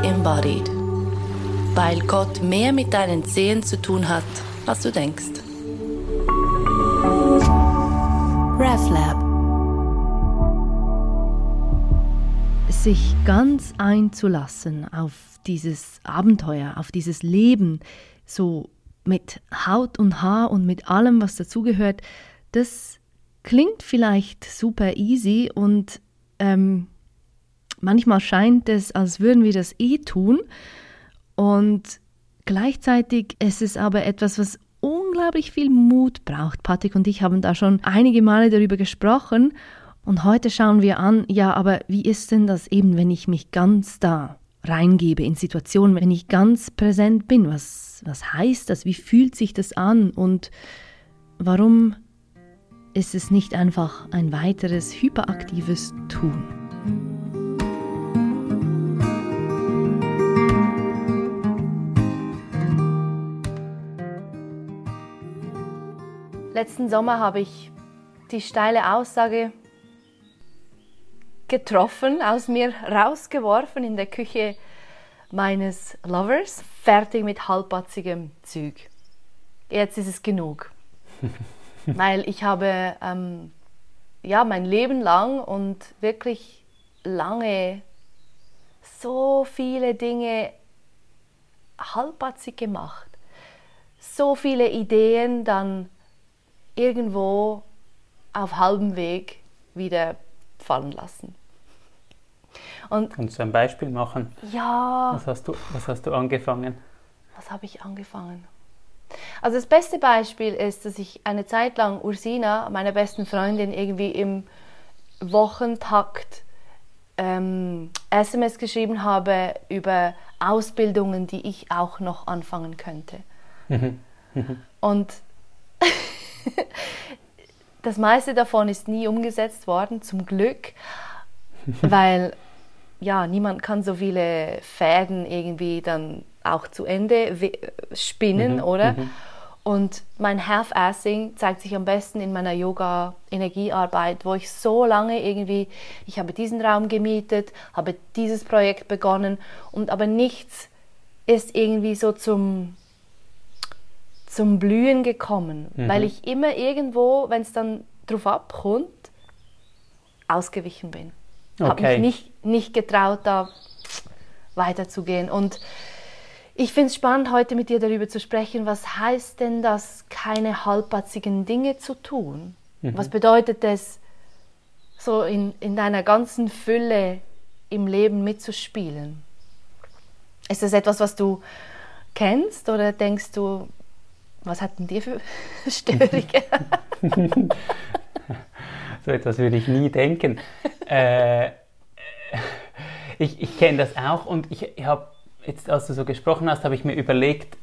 embodied. Weil Gott mehr mit deinen Zehen zu tun hat, als du denkst. RevLab. Sich ganz einzulassen auf dieses Abenteuer, auf dieses Leben, so mit Haut und Haar und mit allem, was dazugehört, das klingt vielleicht super easy und manchmal scheint es, als würden wir das tun. Und gleichzeitig ist es aber etwas, was unglaublich viel Mut braucht. Patrick und ich haben da schon einige Male darüber gesprochen. Und heute schauen wir an, ja, aber wie ist denn das eben, wenn ich mich ganz da reingebe in Situationen, wenn ich ganz präsent bin? Was heißt das? Wie fühlt sich das an? Und warum ist es nicht einfach ein weiteres hyperaktives Tun? Letzten Sommer habe ich die steile Aussage getroffen, aus mir rausgeworfen in der Küche meines Lovers, fertig mit halbbatzigem Zeug. Jetzt ist es genug. Weil ich habe mein Leben lang und wirklich lange so viele Dinge halbbatzig gemacht. So viele Ideen dann irgendwo auf halbem Weg wieder fallen lassen. Und kannst du ein Beispiel machen? Ja. Was hast du angefangen? Was habe ich angefangen? Also das beste Beispiel ist, dass ich eine Zeit lang Ursina, meiner besten Freundin, irgendwie im Wochentakt SMS geschrieben habe über Ausbildungen, die ich auch noch anfangen könnte. Und das meiste davon ist nie umgesetzt worden, zum Glück, weil ja, niemand kann so viele Fäden irgendwie dann auch zu Ende spinnen, oder? Und mein Half-Assing zeigt sich am besten in meiner Yoga-Energiearbeit, wo ich so lange ich habe diesen Raum gemietet, habe dieses Projekt begonnen, aber nichts ist irgendwie so zum Blühen gekommen, weil ich immer irgendwo, wenn es dann drauf abkommt, ausgewichen bin. Okay. Habe mich nicht getraut, da weiterzugehen. Und ich finde es spannend, heute mit dir darüber zu sprechen, was heißt denn das, keine halbpatzigen Dinge zu tun? Was bedeutet es, so in deiner ganzen Fülle im Leben mitzuspielen? Ist das etwas, was du kennst, oder denkst du, was hatten die für Störungen? So etwas würde ich nie denken. Ich kenne das auch, und ich habe jetzt, als du so gesprochen hast, habe ich mir überlegt,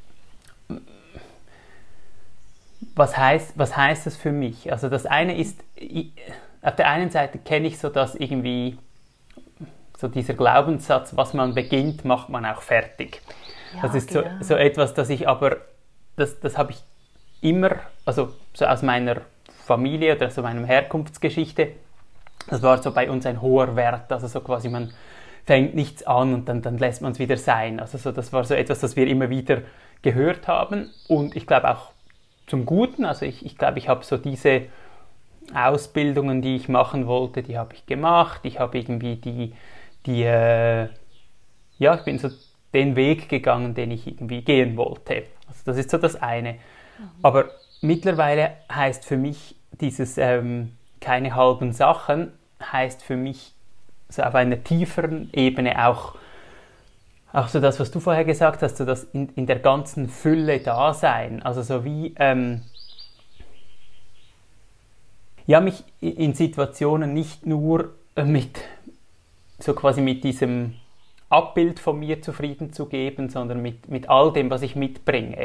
was heißt das für mich? Also das eine ist, auf der einen Seite kenne ich so das irgendwie, so dieser Glaubenssatz, was man beginnt, macht man auch fertig. Ja, das ist genau. so etwas, das ich aber, das habe ich immer, also so aus meiner Familie oder so meiner Herkunftsgeschichte, das war so bei uns ein hoher Wert, also so quasi man fängt nichts an und dann lässt man es wieder sein. Also so, das war so etwas, das wir immer wieder gehört haben, und ich glaube auch zum Guten. Also ich glaube, ich habe so diese Ausbildungen, die ich machen wollte, die habe ich gemacht. Ich habe irgendwie ich bin so den Weg gegangen, den ich irgendwie gehen wollte. Also das ist so das eine. Aber mittlerweile heißt für mich dieses keine halben Sachen, heißt für mich so auf einer tieferen Ebene auch so das, was du vorher gesagt hast, so das in der ganzen Fülle da sein. Also so wie mich in Situationen nicht nur mit diesem Abbild von mir zufrieden zu geben, sondern mit all dem, was ich mitbringe.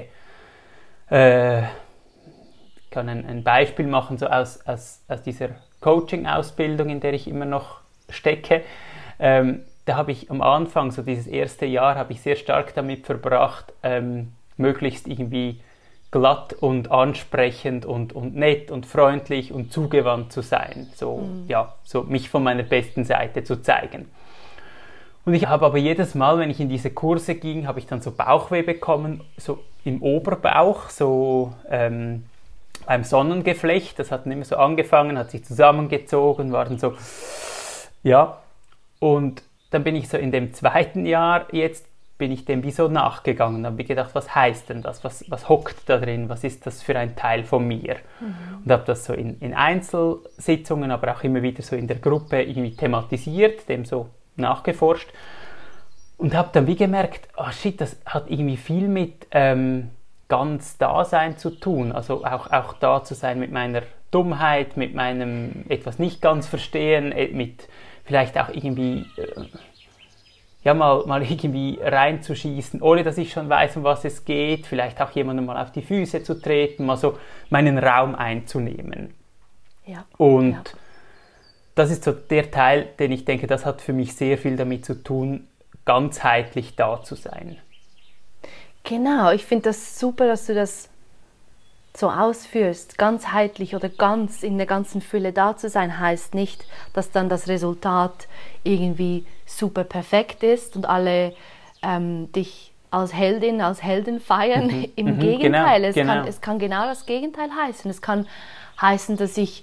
Ich kann ein Beispiel machen, so aus dieser Coaching-Ausbildung, in der ich immer noch stecke. Da habe ich am Anfang, so dieses erste Jahr, habe ich sehr stark damit verbracht, möglichst irgendwie glatt und ansprechend und nett und freundlich und zugewandt zu sein. So mich von meiner besten Seite zu zeigen. Und ich habe aber jedes Mal, wenn ich in diese Kurse ging, habe ich dann so Bauchweh bekommen, so im Oberbauch, so beim Sonnengeflecht. Das hat dann immer so angefangen, hat sich zusammengezogen, war dann so, ja. Und dann bin ich so in dem 2. Jahr jetzt, bin ich dem wie so nachgegangen. Dann habe ich gedacht, was heißt denn das? Was hockt da drin? Was ist das für ein Teil von mir? Und habe das so in Einzelsitzungen, aber auch immer wieder so in der Gruppe irgendwie thematisiert, dem so nachgeforscht. Und habe dann wie gemerkt, oh shit, das hat irgendwie viel mit ganz Dasein zu tun. Also auch da zu sein mit meiner Dummheit, mit meinem etwas nicht ganz verstehen, mit vielleicht auch irgendwie mal irgendwie reinzuschießen, ohne dass ich schon weiß, um was es geht, vielleicht auch jemandem mal auf die Füße zu treten, mal so meinen Raum einzunehmen. Ja. Und das ist so der Teil, den ich denke, das hat für mich sehr viel damit zu tun, ganzheitlich da zu sein. Genau, ich finde das super, dass du das so ausführst. Ganzheitlich oder ganz in der ganzen Fülle da zu sein, heißt nicht, dass dann das Resultat irgendwie super perfekt ist und alle dich als Heldin, als Helden feiern. Im Gegenteil, genau. Es kann genau das Gegenteil heißen. Es kann heißen, dass ich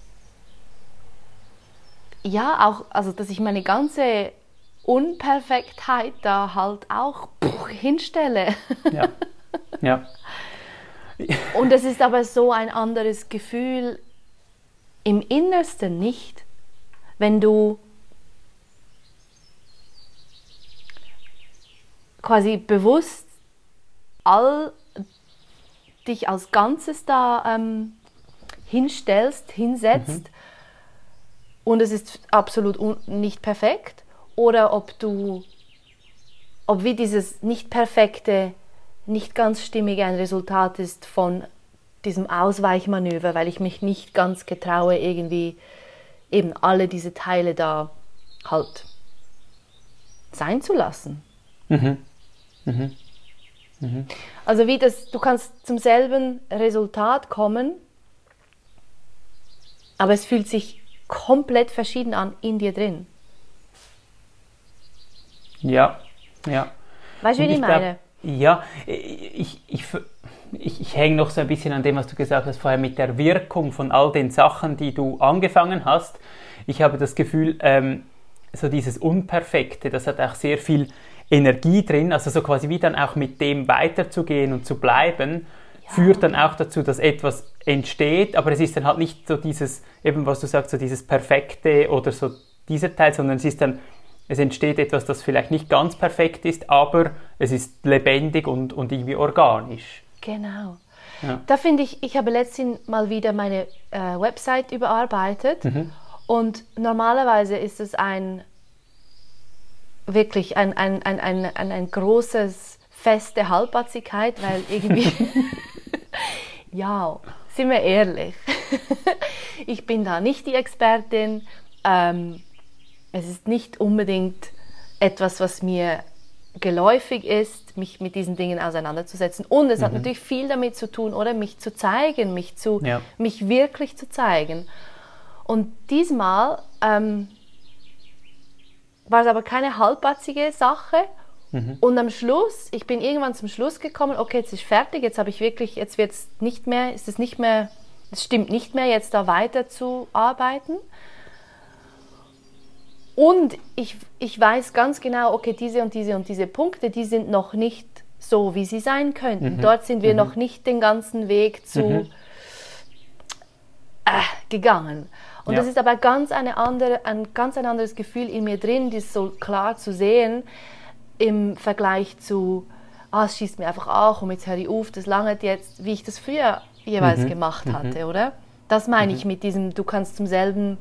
dass ich meine ganze Unperfektheit da halt auch hinstelle. Ja. Ja. Und es ist aber so ein anderes Gefühl im Innersten, nicht? Wenn du quasi bewusst dich als Ganzes da hinstellst, hinsetzt und es ist absolut nicht perfekt, oder ob wie dieses nicht perfekte, nicht ganz stimmige ein Resultat ist von diesem Ausweichmanöver, weil ich mich nicht ganz getraue, irgendwie eben alle diese Teile da halt sein zu lassen. Also du kannst zum selben Resultat kommen, aber es fühlt sich komplett verschieden an in dir drin. Ja. Weißt du, wie ich meine? Ja, ich hänge noch so ein bisschen an dem, was du gesagt hast vorher mit der Wirkung von all den Sachen, die du angefangen hast. Ich habe das Gefühl, so dieses Unperfekte, das hat auch sehr viel Energie drin, also so quasi wie dann auch mit dem weiterzugehen und zu bleiben, führt dann auch dazu, dass etwas entsteht, aber es ist dann halt nicht so dieses, eben was du sagst, so dieses Perfekte oder so dieser Teil, sondern es entsteht etwas, das vielleicht nicht ganz perfekt ist, aber es ist lebendig und irgendwie organisch. Genau. Ja. Da finde ich habe letztens mal wieder meine Website überarbeitet und normalerweise ist es wirklich ein großes Fest der Halbpatzigkeit, weil irgendwie, ja, sind wir ehrlich, ich bin da nicht die Expertin, es ist nicht unbedingt etwas, was mir geläufig ist, mich mit diesen Dingen auseinanderzusetzen. Und es hat natürlich viel damit zu tun, oder mich zu zeigen, mich wirklich zu zeigen. Und diesmal war es aber keine halbpatzige Sache. Und am Schluss, ich bin irgendwann zum Schluss gekommen, okay, jetzt ist fertig, es stimmt nicht mehr, jetzt da weiter zu arbeiten. Und ich weiß ganz genau, okay, diese und diese und diese Punkte, die sind noch nicht so, wie sie sein könnten. Dort sind wir noch nicht den ganzen Weg gegangen. Und das ist aber ein ganz anderes Gefühl in mir drin, das so klar zu sehen im Vergleich zu, es schießt mir einfach auch und jetzt höre ich auf, das langt jetzt, wie ich das früher jeweils gemacht hatte, oder? Das meine ich mit diesem, du kannst zum selben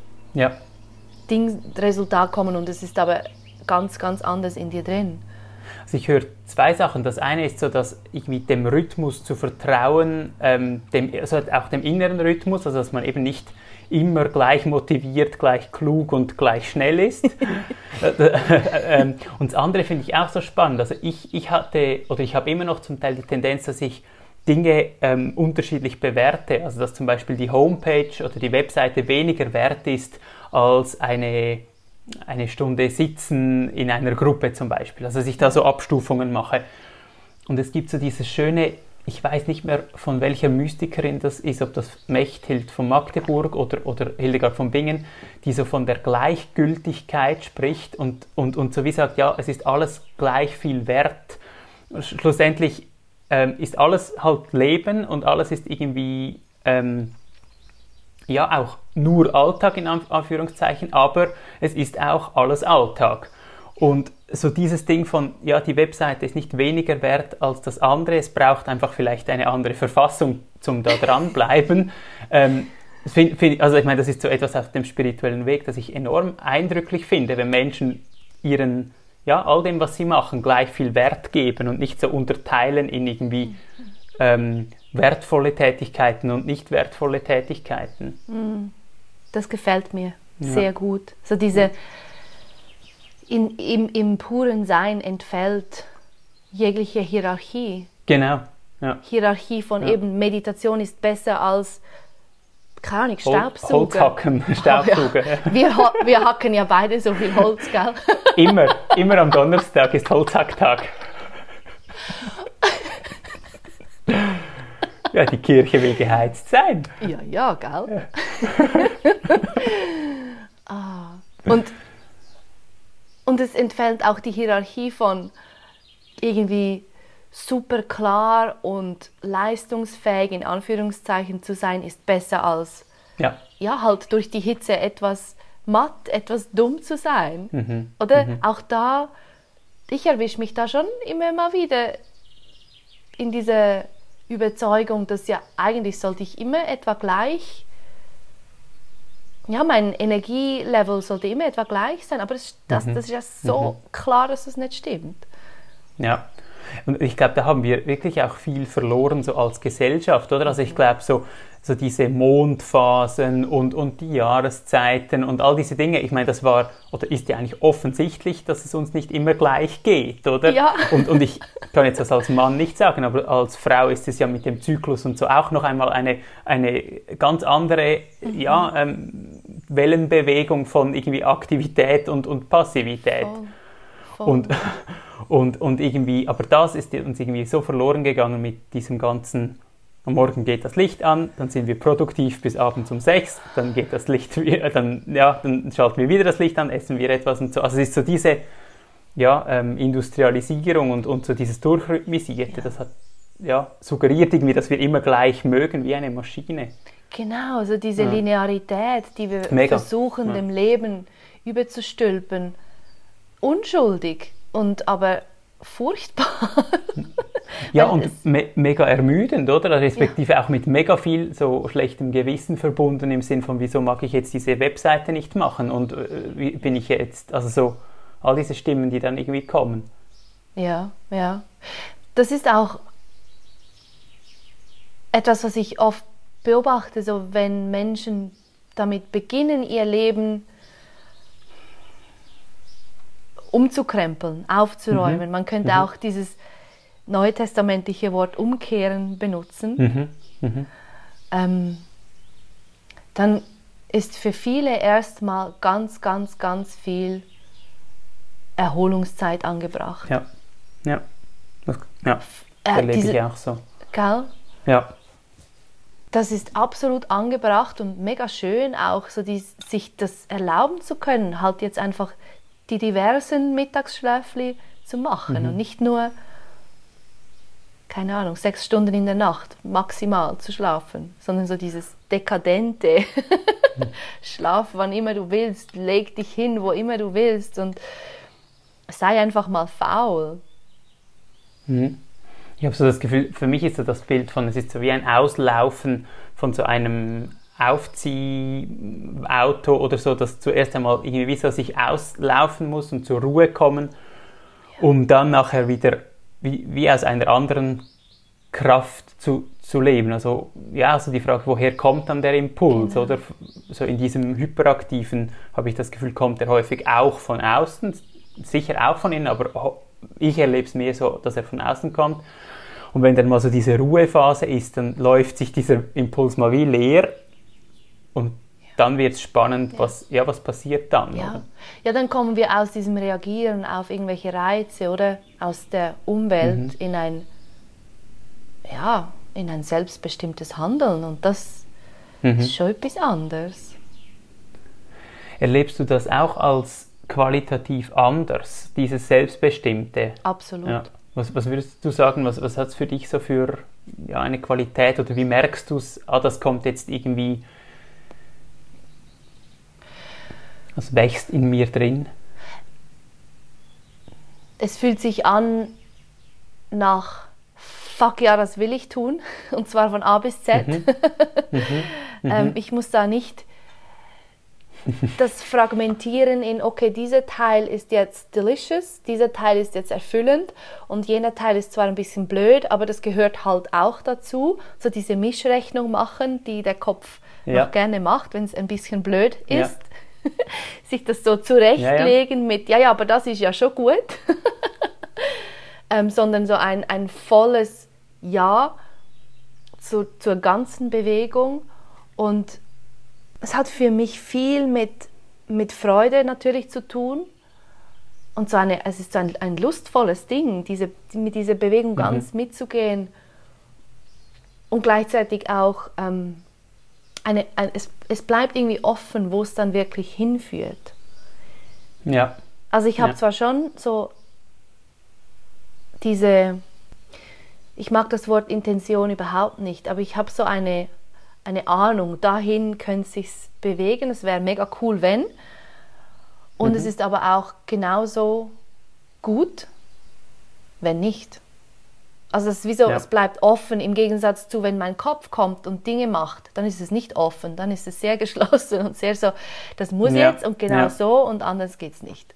Resultat kommen und es ist aber ganz, ganz anders in dir drin. Also ich höre zwei Sachen. Das eine ist so, dass ich mit dem Rhythmus zu vertrauen, auch dem inneren Rhythmus, also dass man eben nicht immer gleich motiviert, gleich klug und gleich schnell ist. Und das andere finde ich auch so spannend. Also ich habe immer noch zum Teil die Tendenz, dass ich Dinge unterschiedlich bewerte. Also dass zum Beispiel die Homepage oder die Webseite weniger wert ist als eine eine Stunde sitzen in einer Gruppe zum Beispiel, also dass ich da so Abstufungen mache. Und es gibt so dieses schöne, ich weiß nicht mehr von welcher Mystikerin das ist, ob das Mechthild von Magdeburg oder Hildegard von Bingen, die so von der Gleichgültigkeit spricht und so wie sagt, ja, es ist alles gleich viel wert. Schlussendlich ist alles halt Leben und alles ist irgendwie ja auch nur Alltag in Anführungszeichen, aber es ist auch alles Alltag. Und so dieses Ding von, ja, die Webseite ist nicht weniger wert als das andere, es braucht einfach vielleicht eine andere Verfassung, zum da dranbleiben. Also ich meine, das ist so etwas auf dem spirituellen Weg, das ich enorm eindrücklich finde, wenn Menschen ihren, ja, all dem, was sie machen, gleich viel Wert geben und nicht so unterteilen in irgendwie wertvolle Tätigkeiten und nicht wertvolle Tätigkeiten. Das gefällt mir sehr gut. So diese im puren Sein entfällt jegliche Hierarchie. Genau. Ja. Hierarchie von eben Meditation ist besser als, keine Ahnung, Staubsauger. Holzhacken, Staubsauger. Ja. Wir hacken ja beide so viel Holz, gell? Immer am Donnerstag ist Holzhacktag. Ja, die Kirche will geheizt sein. Ja, gell? Ja. Und es entfällt auch die Hierarchie von irgendwie super klar und leistungsfähig in Anführungszeichen zu sein, ist besser als halt durch die Hitze etwas matt, etwas dumm zu sein. Oder auch da, ich erwische mich da schon immer mal wieder in dieser Überzeugung, dass ja eigentlich sollte ich immer etwa gleich, ja, mein Energielevel sollte immer etwa gleich sein, aber das ist ja so klar, dass das nicht stimmt. Ja, und ich glaube, da haben wir wirklich auch viel verloren, so als Gesellschaft, oder? Also ich glaube, so diese Mondphasen und die Jahreszeiten und all diese Dinge, ich meine, das war, oder ist ja eigentlich offensichtlich, dass es uns nicht immer gleich geht, oder? Ja. Und ich kann jetzt das als Mann nicht sagen, aber als Frau ist es ja mit dem Zyklus und so auch noch einmal eine ganz andere, Wellenbewegung von irgendwie Aktivität und Passivität. Voll. Und irgendwie, aber das ist uns irgendwie so verloren gegangen mit diesem ganzen, am Morgen geht das Licht an, dann sind wir produktiv bis abends um 6, dann geht das Licht, dann schalten wir wieder das Licht an, essen wir etwas und so. Also es ist so diese Industrialisierung und so dieses Durchrhythmisierte, das hat suggeriert irgendwie, dass wir immer gleich mögen wie eine Maschine. Genau, so diese Linearität, die wir versuchen, dem Leben überzustülpen. Unschuldig und aber furchtbar. Ja, und mega ermüdend, oder? Respektive auch mit mega viel so schlechtem Gewissen verbunden im Sinn von, wieso mag ich jetzt diese Webseite nicht machen und wie bin ich jetzt, also so all diese Stimmen, die dann irgendwie kommen. Ja. Das ist auch etwas, was ich oft beobachte, so wenn Menschen damit beginnen, ihr Leben umzukrempeln, aufzuräumen. Man könnte auch dieses neutestamentliche Wort umkehren benutzen. Dann ist für viele erstmal ganz, ganz, ganz viel Erholungszeit angebracht. Ja, erlebe ich auch so. Gell? Ja. Das ist absolut angebracht und mega schön auch, so sich das erlauben zu können, halt jetzt einfach die diversen Mittagsschläfli zu machen und nicht nur, keine Ahnung, 6 Stunden in der Nacht maximal zu schlafen, sondern so dieses dekadente Schlaf, wann immer du willst, leg dich hin, wo immer du willst und sei einfach mal faul. Ich habe so das Gefühl, für mich ist so das Bild von, es ist so wie ein Auslaufen von so einem Aufziehauto oder so, das zuerst einmal irgendwie wie so sich auslaufen muss und zur Ruhe kommen, um dann nachher wieder wie aus einer anderen Kraft zu leben. Also die Frage, woher kommt dann der Impuls? Oder so in diesem Hyperaktiven habe ich das Gefühl, kommt er häufig auch von außen, sicher auch von innen, aber ich erlebe es mehr so, dass er von außen kommt. Und wenn dann mal so diese Ruhephase ist, dann läuft sich dieser Impuls mal wie leer und dann wird es spannend, was passiert dann. Ja. Oder? Ja, dann kommen wir aus diesem Reagieren auf irgendwelche Reize oder aus der Umwelt in ein selbstbestimmtes Handeln, und das ist schon etwas anderes. Erlebst du das auch als qualitativ anders, dieses Selbstbestimmte? Absolut. Ja. Was würdest du sagen, was hat es für dich so für eine Qualität, oder wie merkst du es, das kommt jetzt irgendwie, das wächst in mir drin? Es fühlt sich an nach fuck ja, das will ich tun, und zwar von A bis Z. Ich muss da nicht das fragmentieren in, okay, dieser Teil ist jetzt delicious, dieser Teil ist jetzt erfüllend und jener Teil ist zwar ein bisschen blöd, aber das gehört halt auch dazu. So diese Mischrechnung machen, die der Kopf noch gerne macht, wenn es ein bisschen blöd ist. Ja. Sich das so zurechtlegen mit, ja, aber das ist ja schon gut. Sondern so ein volles Ja zur ganzen Bewegung. Und es hat für mich viel mit Freude natürlich zu tun. Und so es ist so ein lustvolles Ding, mit dieser Bewegung ganz mitzugehen. Und gleichzeitig auch, es bleibt irgendwie offen, wo es dann wirklich hinführt. Ja. Also ich habe zwar schon so ich mag das Wort Intention überhaupt nicht, aber ich habe so eine Ahnung, dahin könnte es sich bewegen, es wäre mega cool, wenn. Und es ist aber auch genauso gut, wenn nicht. Also es ist wie so, es bleibt offen, im Gegensatz zu, wenn mein Kopf kommt und Dinge macht, dann ist es nicht offen, dann ist es sehr geschlossen und sehr so, das muss jetzt und genau so und anders geht es nicht.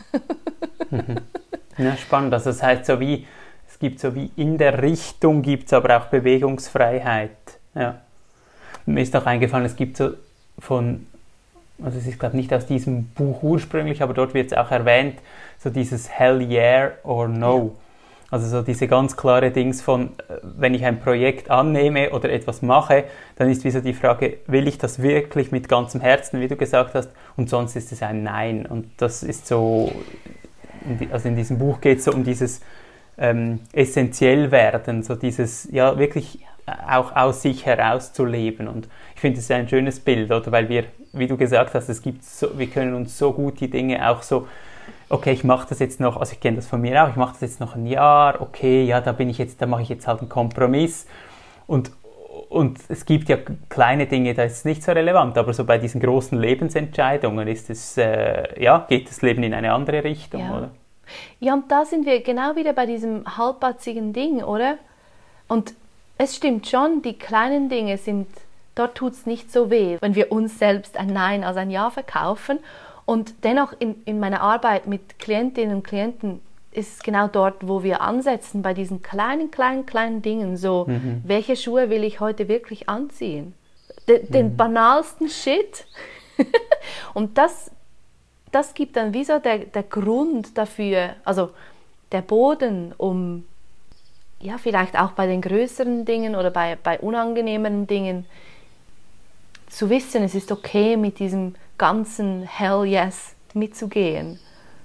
Ja, spannend. Also das heißt, es gibt so wie in der Richtung, gibt es aber auch Bewegungsfreiheit. Ja. Mir ist auch eingefallen, es gibt so also es ist glaube nicht aus diesem Buch ursprünglich, aber dort wird es auch erwähnt, so dieses Hell yeah or no. Also so diese ganz klare Dings von, wenn ich ein Projekt annehme oder etwas mache, dann ist wie so die Frage, will ich das wirklich mit ganzem Herzen, wie du gesagt hast, und sonst ist es ein Nein. Und das ist so, also in diesem Buch geht es so um dieses essentiell werden, so dieses, wirklich auch aus sich heraus zu leben. Und ich finde, das ist ein schönes Bild, oder? Weil wir, wie du gesagt hast, wir können uns so gut die Dinge auch so, okay, ich mache das jetzt noch, also ich kenne das von mir auch, ich mache das jetzt noch ein Jahr, okay, ja, da mache ich jetzt halt einen Kompromiss. Und es gibt ja kleine Dinge, da ist es nicht so relevant, aber so bei diesen großen Lebensentscheidungen ist es, geht das Leben in eine andere Richtung, oder? Ja, und da sind wir genau wieder bei diesem halbpatzigen Ding, oder? Und es stimmt schon, die kleinen Dinge dort tut es nicht so weh, wenn wir uns selbst ein Nein als ein Ja verkaufen. Und dennoch in meiner Arbeit mit Klientinnen und Klienten ist es genau dort, wo wir ansetzen, bei diesen kleinen Dingen, so, welche Schuhe will ich heute wirklich anziehen? Den banalsten Shit. Und das gibt dann wie so der Grund dafür, also der Boden, um vielleicht auch bei den größeren Dingen oder bei unangenehmeren Dingen zu wissen, es ist okay, mit diesem ganzen Hell yes mitzugehen.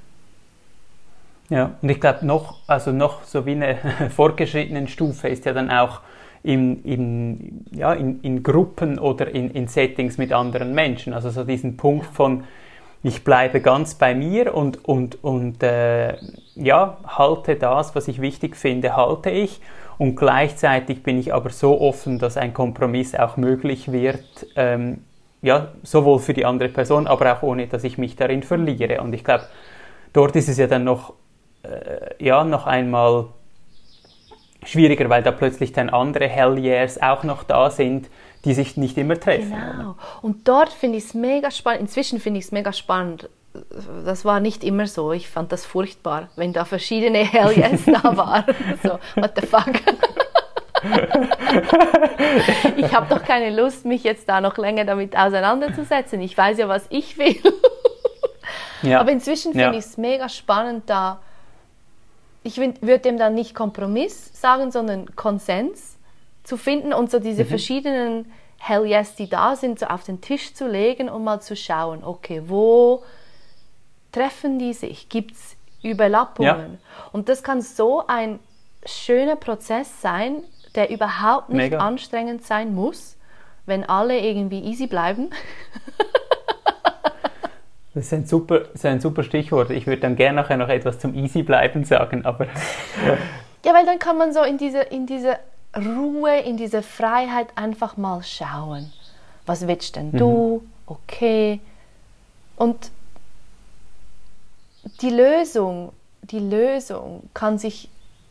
Ja, und ich glaube noch so wie eine fortgeschrittenen Stufe ist ja dann auch in Gruppen oder in Settings mit anderen Menschen, also so diesen Punkt von ich bleibe ganz bei mir und halte das, was ich wichtig finde, halte ich. Und gleichzeitig bin ich aber so offen, dass ein Kompromiss auch möglich wird, sowohl für die andere Person, aber auch ohne, dass ich mich darin verliere. Und ich glaube, dort ist es ja dann noch einmal schwieriger, weil da plötzlich dann andere Hell Yeahs auch noch da sind, die sich nicht immer treffen. Genau. Oder? Und dort finde ich es mega spannend. Inzwischen finde ich es mega spannend. Das war nicht immer so. Ich fand das furchtbar, wenn da verschiedene Hell Yes da waren. So, what the fuck? Ich habe doch keine Lust, mich jetzt da noch länger damit auseinanderzusetzen. Ich weiß ja, was ich will. Aber inzwischen finde ich es mega spannend, da ich würde dem dann nicht Kompromiss sagen, sondern Konsens zu finden und so diese verschiedenen Hell Yes, die da sind, so auf den Tisch zu legen und mal zu schauen, okay, wo treffen die sich? Gibt es Überlappungen? Ja. Und das kann so ein schöner Prozess sein, der überhaupt nicht anstrengend sein muss, wenn alle irgendwie easy bleiben. Das ist ein super Stichwort. Ich würde dann gerne nachher noch etwas zum easy bleiben sagen, aber... Ja, weil dann kann man so in diese Ruhe, in diese Freiheit einfach mal schauen. Was willst denn du? Okay. Und die Lösung kann sich,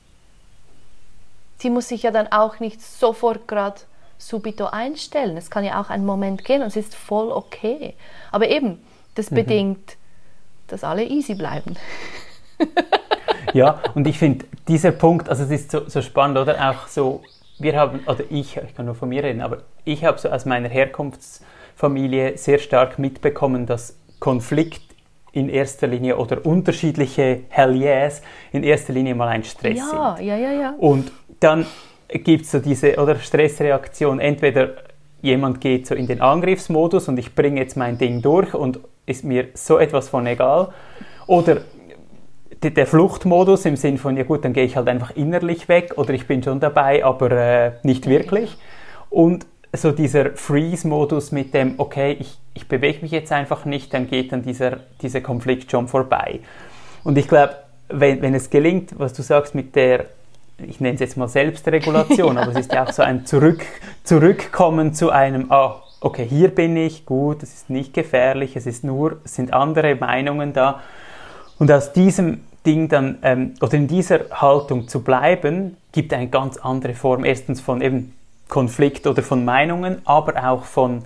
die muss sich ja dann auch nicht sofort gerade subito einstellen. Es kann ja auch einen Moment gehen und es ist voll okay. Aber eben, das bedingt, dass alle easy bleiben. Ja, und ich finde, dieser Punkt, also es ist so spannend, oder? Auch so, ich kann nur von mir reden, aber ich habe so aus meiner Herkunftsfamilie sehr stark mitbekommen, dass Konflikt in erster Linie oder unterschiedliche Hell Yes in erster Linie mal ein Stress sind. Ja. Und dann gibt es so diese Stressreaktion, entweder jemand geht so in den Angriffsmodus und ich bringe jetzt mein Ding durch und ist mir so etwas von egal, oder der Fluchtmodus im Sinn von, ja gut, dann gehe ich halt einfach innerlich weg oder ich bin schon dabei, aber nicht wirklich. Und so dieser Freeze-Modus mit dem, okay, ich bewege mich jetzt einfach nicht, dann geht dann dieser Konflikt schon vorbei. Und ich glaube, wenn es gelingt, was du sagst mit der, ich nenne es jetzt mal Selbstregulation, aber es ist ja auch so ein Zurückkommen zu einem, okay, hier bin ich, gut, es ist nicht gefährlich, es sind andere Meinungen da. Und aus diesem Ding dann, oder in dieser Haltung zu bleiben, gibt eine ganz andere Form, erstens von eben Konflikt oder von Meinungen, aber auch von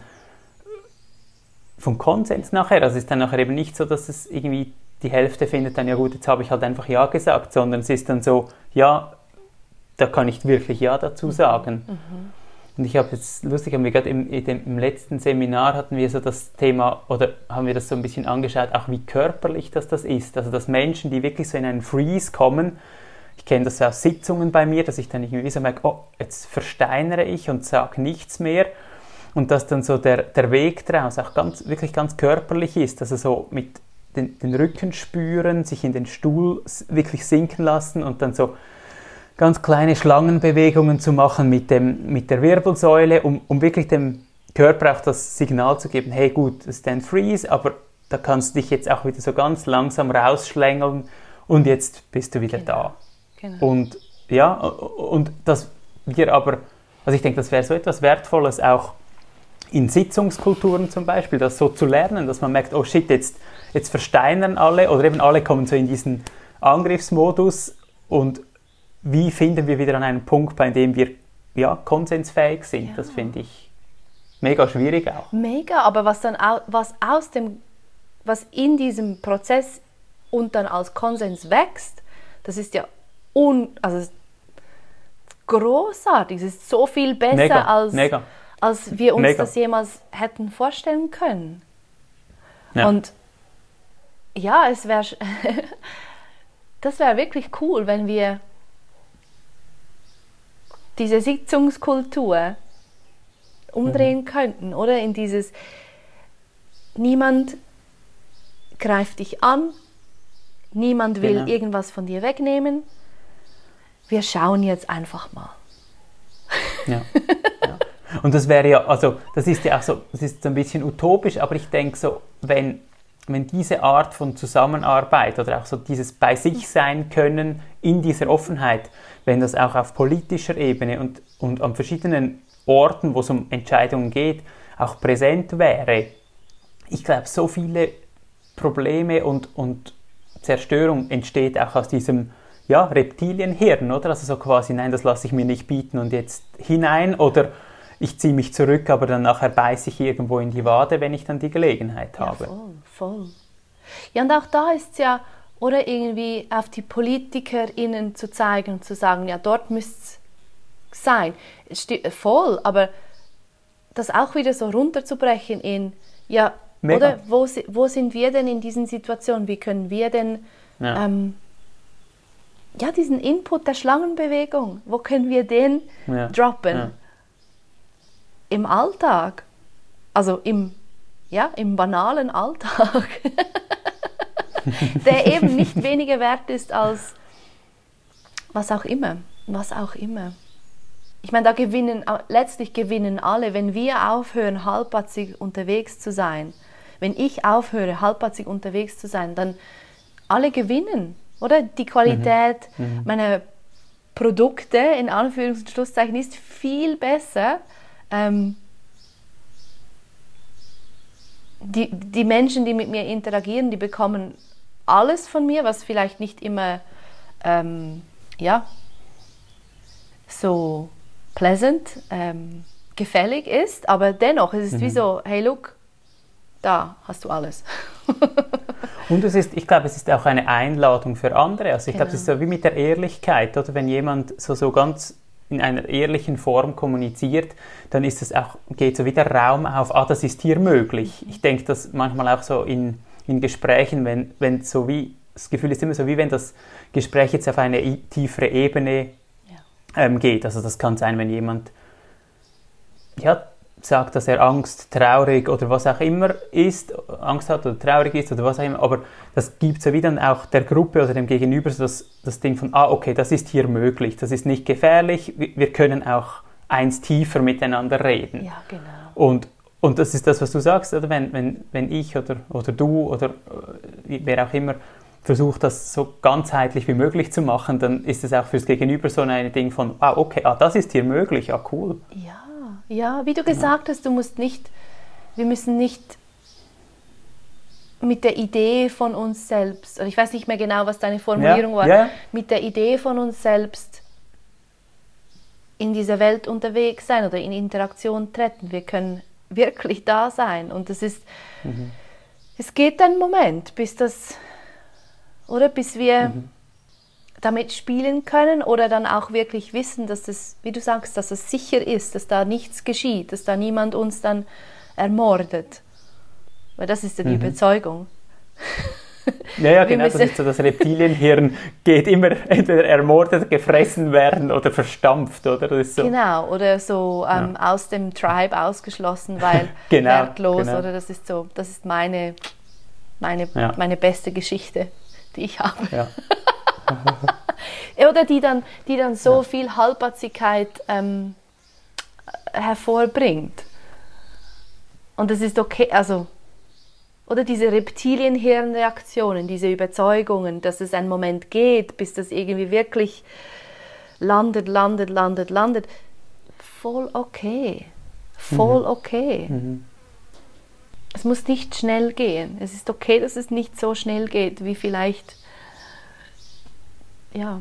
Konsens nachher. Also es ist dann nachher eben nicht so, dass es irgendwie die Hälfte findet dann, ja gut, jetzt habe ich halt einfach Ja gesagt, sondern es ist dann so, ja, da kann ich wirklich Ja dazu sagen. Und ich habe jetzt, lustig, haben wir gerade im letzten Seminar hatten wir so das Thema, oder haben wir das so ein bisschen angeschaut, auch wie körperlich das ist. Also dass Menschen, die wirklich so in einen Freeze kommen, ich kenne das aus Sitzungen bei mir, dass ich dann irgendwie so merke, jetzt versteinere ich und sage nichts mehr. Und dass dann so der Weg daraus auch wirklich ganz körperlich ist. Also so mit den Rücken spüren, sich in den Stuhl wirklich sinken lassen und dann so ganz kleine Schlangenbewegungen zu machen mit der Wirbelsäule, um wirklich dem Körper auch das Signal zu geben, hey gut, das ist ein Freeze, aber da kannst du dich jetzt auch wieder so ganz langsam rausschlängeln und jetzt bist du wieder da. Genau. Und ja, und dass wir aber, also ich denke, das wäre so etwas Wertvolles auch in Sitzungskulturen zum Beispiel, das so zu lernen, dass man merkt, oh shit, jetzt versteinern alle oder eben alle kommen so in diesen Angriffsmodus und wie finden wir wieder an einen Punkt, bei dem wir konsensfähig sind? Ja. Das finde ich mega schwierig auch. Mega, aber was in diesem Prozess und dann als Konsens wächst, das ist ja großartig. Es ist so viel besser, als wir uns das jemals hätten vorstellen können. Ja. Und ja, das wäre wirklich cool, wenn wir diese Sitzungskultur umdrehen könnten, oder? In dieses, niemand greift dich an, niemand will irgendwas von dir wegnehmen. Wir schauen jetzt einfach mal. Ja. Und das wäre ja, also das ist ja auch so, das ist so ein bisschen utopisch, aber ich denke so, wenn diese Art von Zusammenarbeit oder auch so dieses bei sich sein können in dieser Offenheit, wenn das auch auf politischer Ebene und an verschiedenen Orten, wo es um Entscheidungen geht, auch präsent wäre, ich glaube, so viele Probleme und Zerstörung entsteht auch aus diesem Reptilienhirn, oder? Also so quasi, nein, das lasse ich mir nicht bieten und jetzt hinein, oder ich ziehe mich zurück, aber dann nachher beiße ich irgendwo in die Wade, wenn ich dann die Gelegenheit habe. Ja, voll. Ja, und auch da ist es ja, oder irgendwie auf die PolitikerInnen zu zeigen und zu sagen, ja, dort müsste es sein. Voll, aber das auch wieder so runterzubrechen in, ja, mega. Oder wo sind wir denn in diesen Situationen? Wie können wir denn diesen Input der Schlangenbewegung, wo können wir den droppen? Ja. im Alltag, also im banalen Alltag, der eben nicht weniger wert ist als was auch immer. Ich meine, letztlich gewinnen alle, wenn wir aufhören, halbpatzig unterwegs zu sein. Wenn ich aufhöre, halbpatzig unterwegs zu sein, dann alle gewinnen, oder? Die Qualität meiner Produkte, in Anführungs- und Schlusszeichen, ist viel besser. Die Menschen, die mit mir interagieren, die bekommen alles von mir, was vielleicht nicht immer so pleasant, gefällig ist, aber dennoch, es ist wie so, hey, look, da hast du alles. Und ich glaube, es ist auch eine Einladung für andere. Also ich glaube, es ist so wie mit der Ehrlichkeit, oder? Wenn jemand so ganz in einer ehrlichen Form kommuniziert, dann ist es auch, geht so wie der Raum auf, das ist hier möglich. Ich denke, dass manchmal auch so in Gesprächen, wenn so wie, das Gefühl ist immer so, wie wenn das Gespräch jetzt auf eine tiefere Ebene geht. Also das kann sein, wenn jemand sagt, dass er Angst, traurig oder was auch immer ist, Angst hat oder traurig ist oder was auch immer, aber das gibt so wie dann auch der Gruppe oder dem Gegenüber so das Ding von, okay, das ist hier möglich, das ist nicht gefährlich, wir können auch eins tiefer miteinander reden. Ja, genau. Und das ist das, was du sagst, oder? Wenn ich oder du oder wer auch immer versucht, das so ganzheitlich wie möglich zu machen, dann ist es auch fürs Gegenüber so ein Ding von, okay, das ist hier möglich, cool. Ja, wie du gesagt hast, wir müssen nicht mit der Idee von uns selbst, oder ich weiß nicht mehr genau, was deine Formulierung war, mit der Idee von uns selbst in dieser Welt unterwegs sein oder in Interaktion treten. Wir können wirklich da sein und es geht einen Moment, bis wir damit spielen können oder dann auch wirklich wissen, dass es, wie du sagst, dass es sicher ist, dass da nichts geschieht, dass da niemand uns dann ermordet. Weil das ist ja die Überzeugung. Ja, genau, das ist so, das Reptilienhirn geht immer entweder ermordet, gefressen werden oder verstampft, oder? Das ist so. Genau, oder so aus dem Tribe ausgeschlossen, weil wertlos, oder? Das ist meine beste Geschichte, die ich habe. Ja. Oder die dann so viel Halbpatzigkeit hervorbringt. Und das ist okay, also, oder diese Reptilienhirnreaktionen, diese Überzeugungen, dass es einen Moment geht, bis das irgendwie wirklich landet. Voll okay. Es muss nicht schnell gehen. Es ist okay, dass es nicht so schnell geht, wie vielleicht. Ja.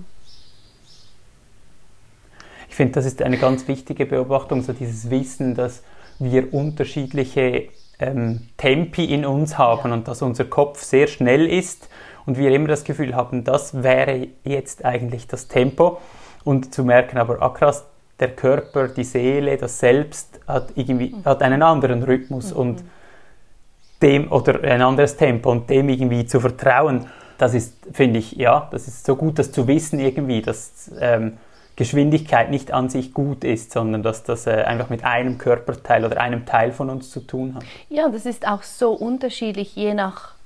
Ich finde, das ist eine ganz wichtige Beobachtung, so dieses Wissen, dass wir unterschiedliche Tempi in uns haben und dass unser Kopf sehr schnell ist und wir immer das Gefühl haben, das wäre jetzt eigentlich das Tempo und zu merken, aber krass, der Körper, die Seele, das Selbst hat einen anderen Rhythmus und dem oder ein anderes Tempo und dem irgendwie zu vertrauen. Das ist, finde ich, das ist so gut, das zu wissen irgendwie, dass Geschwindigkeit nicht an sich gut ist, sondern dass das einfach mit einem Körperteil oder einem Teil von uns zu tun hat. Ja, das ist auch so unterschiedlich, je nach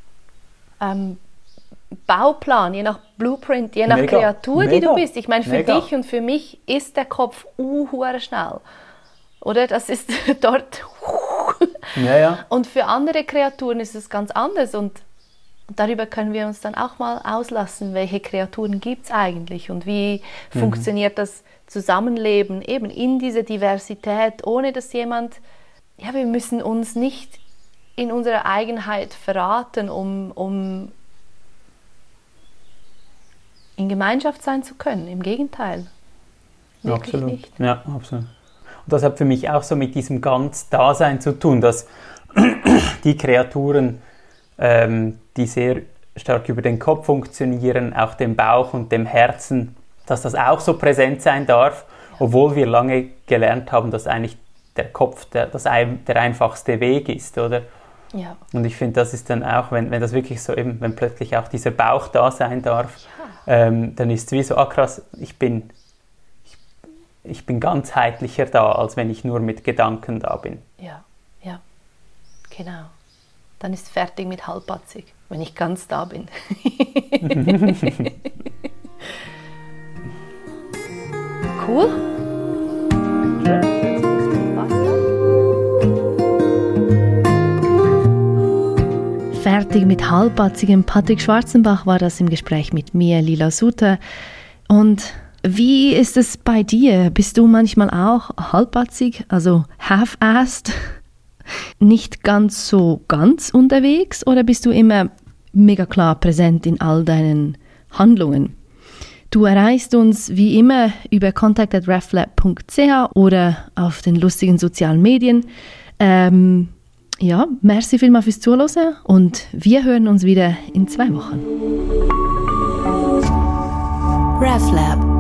Bauplan, je nach Blueprint, je nach Kreatur, die du bist. Ich meine, für dich und für mich ist der Kopf schnell. Oder? Das ist dort. Und für andere Kreaturen ist es ganz anders und darüber können wir uns dann auch mal auslassen, welche Kreaturen gibt es eigentlich und wie funktioniert das Zusammenleben eben in dieser Diversität, ohne dass jemand, wir müssen uns nicht in unserer Eigenheit verraten, um in Gemeinschaft sein zu können. Im Gegenteil. Wirklich absolut. Nicht. Ja, absolut. Und das hat für mich auch so mit diesem Ganz-Dasein zu tun, dass die Kreaturen, die sehr stark über den Kopf funktionieren, auch dem Bauch und dem Herzen, dass das auch so präsent sein darf, obwohl wir lange gelernt haben, dass eigentlich der Kopf der einfachste Weg ist, oder? Ja. Und ich finde, das ist dann auch, wenn das wirklich so eben, wenn plötzlich auch dieser Bauch da sein darf, dann ist es wie so, krass, ich bin ganzheitlicher da, als wenn ich nur mit Gedanken da bin. Ja, genau. Dann ist fertig mit halbpatzig, wenn ich ganz da bin. Cool. Fertig mit halbpatzigem Patrick Schwarzenbach war das im Gespräch mit mir, Lila Suter. Und wie ist es bei dir? Bist du manchmal auch halbpatzig, also half-assed, nicht ganz so ganz unterwegs, oder bist du immer mega klar präsent in all deinen Handlungen? Du erreichst uns wie immer über contact@reflab.ch oder auf den lustigen sozialen Medien. Ja, merci vielmals fürs Zuhören und wir hören uns wieder in 2 Wochen. RefLab